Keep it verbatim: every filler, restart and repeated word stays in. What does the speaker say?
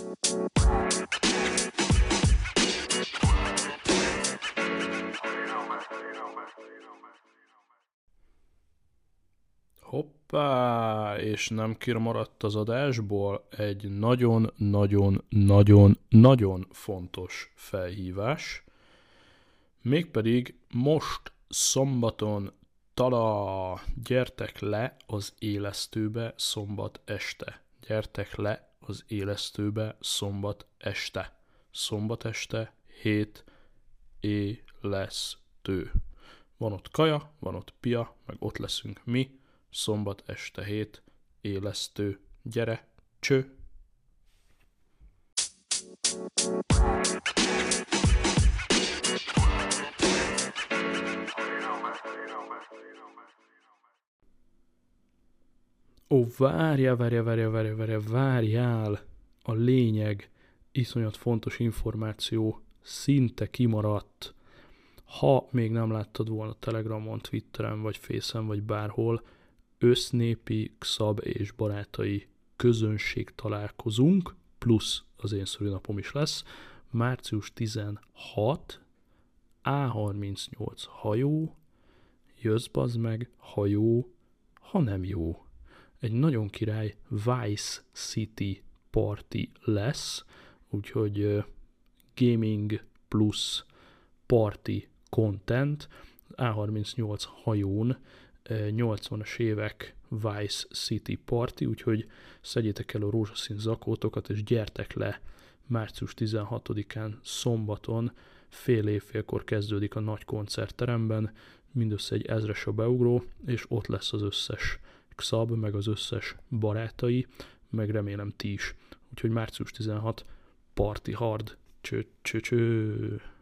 Hoppá, és nem kimaradt az adásból egy nagyon-nagyon-nagyon-nagyon fontos felhívás. Mégpedig most szombaton tala, gyertek le az élesztőbe szombat este. Gyertek le az élesztőbe szombat este. Szombat este, hét élesztő. Van ott kaja, van ott pia, meg ott leszünk mi. Szombat este hét, élesztő, gyere, cső! Ó, várjál, várjál, várjál, várjál, várjál, várjál! A lényeg, iszonyat fontos információ, szinte kimaradt. Ha még nem láttad volna Telegramon, Twitteren, vagy Facen, vagy bárhol, össznépi Xab és barátai közönség találkozunk, plusz az én szülinapom is lesz, március tizenhat, á harmincnyolc hajó, jössz bazd meg, hajó, ha nem jó. Egy nagyon király Vice City party lesz, úgyhogy uh, gaming plusz party content, á harmincnyolc hajón, nyolcvanas évek Vice City Party, úgyhogy szedjétek el a rózsaszín zakótokat, és gyertek le március tizenhatodikán szombaton, fél évfélkor kezdődik a nagy koncertteremben, mindössze egy ezres a beugró, és ott lesz az összes Xab, meg az összes barátai, meg remélem ti is. Úgyhogy március tizenhat, party hard, cső, cső, cső.